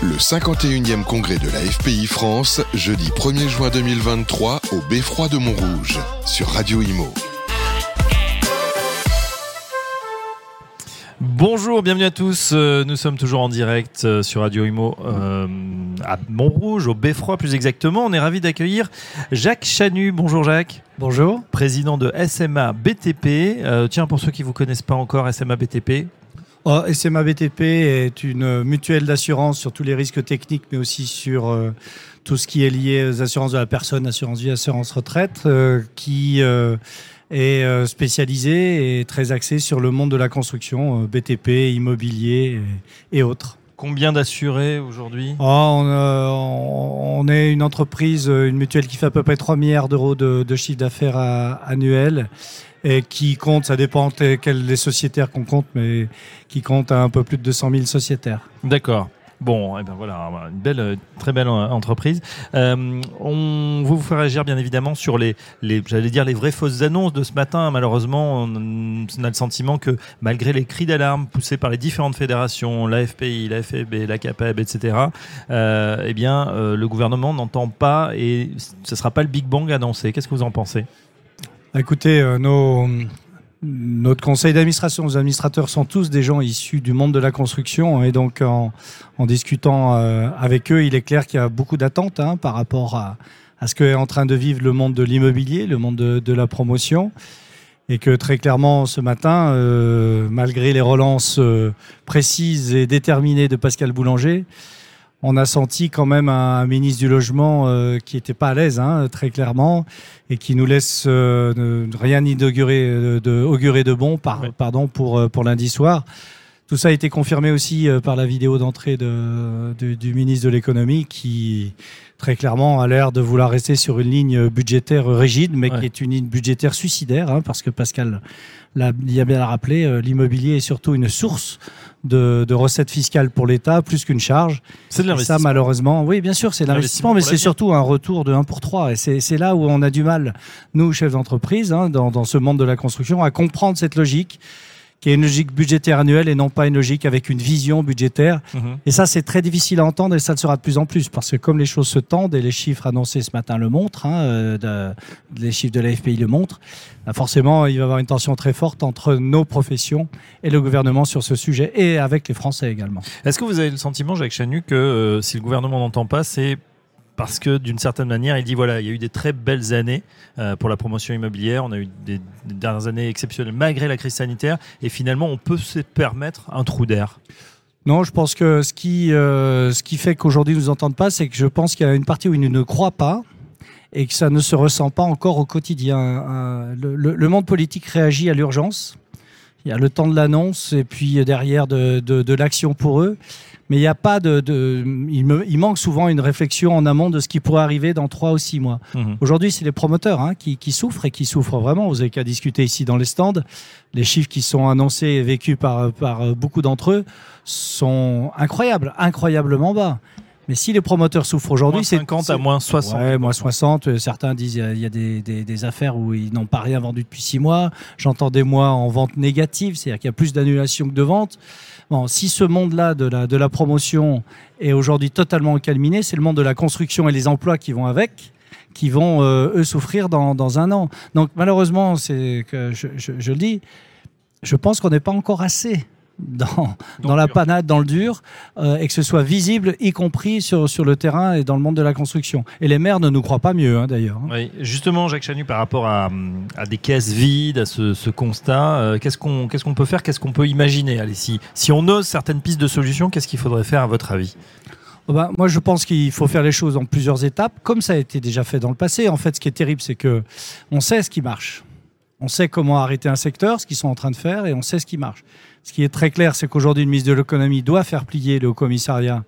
Le 51e congrès de la FPI France, jeudi 1er juin 2023 au Beffroi de Montrouge, sur Radio Imo. Bonjour, bienvenue à tous. Nous sommes toujours en direct sur Radio Imo à Montrouge, au Beffroi plus exactement. On est ravis d'accueillir Jacques Chanu. Bonjour Jacques. Bonjour. Président de SMA BTP. Tiens, pour ceux qui ne vous connaissent pas encore, SMA BTP. SMA BTP est une mutuelle d'assurance sur tous les risques techniques, mais aussi sur tout ce qui est lié aux assurances de la personne, assurance vie, assurance retraite, qui est spécialisée et très axée sur le monde de la construction, BTP, immobilier et autres. Combien d'assurés aujourd'hui ? On est une entreprise, une mutuelle qui fait à peu près 3 milliards d'euros de chiffre d'affaires annuel. Et qui compte, ça dépend les sociétaires qu'on compte, mais qui compte à un peu plus de 200 000 sociétaires. D'accord. Bon, et ben voilà, une très belle entreprise. On vous faire réagir bien évidemment sur les vraies fausses annonces de ce matin. Malheureusement, on a le sentiment que malgré les cris d'alarme poussés par les différentes fédérations, la FPI, la FEB, la CAPEB, etc., le gouvernement n'entend pas et ce ne sera pas le Big Bang annoncé. Qu'est-ce que vous en pensez ? Écoutez, notre conseil d'administration, nos administrateurs sont tous des gens issus du monde de la construction et donc en discutant avec eux, il est clair qu'il y a beaucoup d'attentes par rapport à ce qu'est en train de vivre le monde de l'immobilier, le monde de la promotion et que très clairement ce matin, malgré les relances précises et déterminées de Pascal Boulanger, on a senti quand même un ministre du Logement qui n'était pas à l'aise, très clairement, et qui nous laisse rien augurer de bon pour lundi soir. Tout ça a été confirmé aussi par la vidéo d'entrée du ministre de l'économie qui, très clairement, a l'air de vouloir rester sur une ligne budgétaire rigide, mais qui est une ligne budgétaire suicidaire, parce que Pascal l'a bien rappelé, l'immobilier est surtout une source de recettes fiscales pour l'État, plus qu'une charge. C'est de l'investissement. Et ça, malheureusement, oui, bien sûr, c'est de l'investissement, mais c'est surtout un retour de 1 pour 3. Et c'est là où on a du mal, nous, chefs d'entreprise, dans ce monde de la construction, à comprendre cette logique, qui est une logique budgétaire annuelle et non pas une logique avec une vision budgétaire. Et ça, c'est très difficile à entendre et ça le sera de plus en plus parce que comme les choses se tendent et les chiffres annoncés ce matin le montrent, les chiffres de la FPI le montrent, forcément, il va y avoir une tension très forte entre nos professions et le gouvernement sur ce sujet et avec les Français également. Est-ce que vous avez le sentiment, Jacques Chanu, que si le gouvernement n'entend pas, c'est parce que d'une certaine manière, il dit voilà, il y a eu des très belles années pour la promotion immobilière, on a eu des dernières années exceptionnelles malgré la crise sanitaire, et finalement on peut se permettre un trou d'air. Non, je pense que ce qui fait qu'aujourd'hui ils ne nous entendent pas, c'est que je pense qu'il y a une partie où ils ne croient pas et que ça ne se ressent pas encore au quotidien. Le monde politique réagit à l'urgence. Il y a le temps de l'annonce et puis derrière de l'action pour eux. Mais il n'y a pas il manque souvent une réflexion en amont de ce qui pourrait arriver dans 3 ou 6 mois. Aujourd'hui, c'est les promoteurs qui souffrent et qui souffrent vraiment. Vous n'avez qu'à discuter ici dans les stands. Les chiffres qui sont annoncés et vécus par beaucoup d'entre eux sont incroyablement bas. Mais si les promoteurs souffrent aujourd'hui, c'est... Moins 50 à moins 60. Ouais, moins 60. Certains disent qu'il y a des affaires où ils n'ont pas rien vendu depuis 6 mois. J'entends des mois en vente négative, c'est-à-dire qu'il y a plus d'annulations que de ventes. Bon, si ce monde-là de la promotion est aujourd'hui totalement calminé, c'est le monde de la construction et les emplois qui vont avec, qui vont, eux, souffrir dans 1 an. Donc, malheureusement, c'est que je le dis, je pense qu'on n'est pas encore assez dans la panade, dans le dur, et que ce soit visible, y compris sur le terrain et dans le monde de la construction. Et les maires ne nous croient pas mieux, d'ailleurs. Oui, justement, Jacques Chanu, par rapport à des caisses vides, à ce constat, qu'est-ce qu'on peut faire, qu'est-ce qu'on peut imaginer ? Allez, si on ose certaines pistes de solutions, qu'est-ce qu'il faudrait faire à votre avis ? Moi, je pense qu'il faut faire les choses en plusieurs étapes, comme ça a été déjà fait dans le passé. En fait, ce qui est terrible, c'est qu'on sait ce qui marche. On sait comment arrêter un secteur, ce qu'ils sont en train de faire, et on sait ce qui marche. Ce qui est très clair, c'est qu'aujourd'hui, le ministre de l'économie doit faire plier le Haut-Commissariat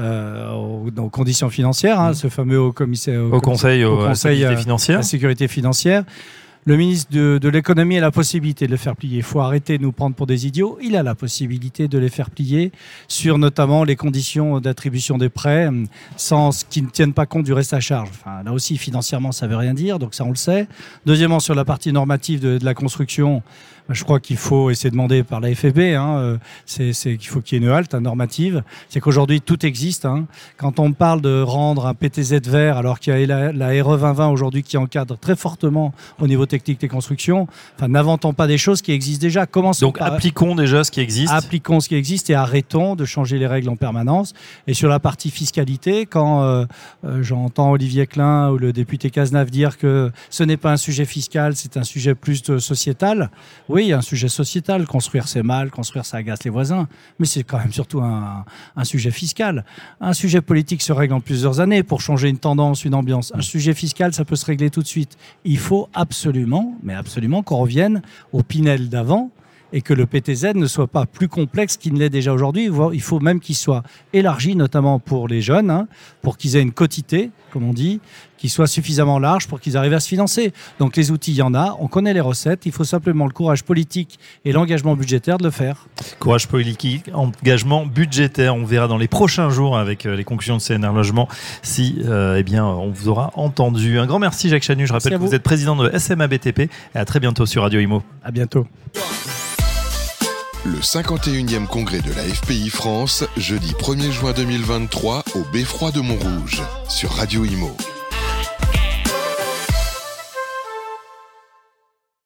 aux conditions financières, ce fameux Haut Conseil à la sécurité financière. Le ministre de l'économie a la possibilité de le faire plier. Il faut arrêter de nous prendre pour des idiots. Il a la possibilité de les faire plier sur notamment les conditions d'attribution des prêts sans qui ne tiennent pas compte du reste à charge. Enfin, là aussi, financièrement, ça ne veut rien dire, donc ça on le sait. Deuxièmement, sur la partie normative de la construction, je crois qu'il faut, et c'est demandé par la FFB, c'est qu'il faut qu'il y ait une halte normative. C'est qu'aujourd'hui, tout existe. Quand on parle de rendre un PTZ vert, alors qu'il y a la RE 2020 aujourd'hui qui encadre très fortement au niveau technique des constructions, n'inventons pas des choses qui existent déjà. Donc appliquons déjà ce qui existe. Appliquons ce qui existe et arrêtons de changer les règles en permanence. Et sur la partie fiscalité, quand j'entends Olivier Klein ou le député Cazenave dire que ce n'est pas un sujet fiscal, c'est un sujet plus sociétal. Oui, il y a un sujet sociétal. Construire, c'est mal. Construire, ça agace les voisins. Mais c'est quand même surtout un sujet fiscal. Un sujet politique se règle en plusieurs années pour changer une tendance, une ambiance. Un sujet fiscal, ça peut se régler tout de suite. Il faut absolument, mais absolument qu'on revienne au Pinel d'avant et que le PTZ ne soit pas plus complexe qu'il ne l'est déjà aujourd'hui. Il faut même qu'il soit élargi, notamment pour les jeunes, pour qu'ils aient une quotité, comme on dit, qui soit suffisamment large pour qu'ils arrivent à se financer. Donc les outils, il y en a, on connaît les recettes, il faut simplement le courage politique et l'engagement budgétaire de le faire. Courage politique, engagement budgétaire, on verra dans les prochains jours avec les conclusions de CNR Logement si on vous aura entendu. Un grand merci Jacques Chanu, je rappelle que vous êtes président de SMA BTP et à très bientôt sur Radio Imo. À bientôt. Le 51e congrès de la FPI France, jeudi 1er juin 2023 au Beffroi de Montrouge, sur Radio Imo.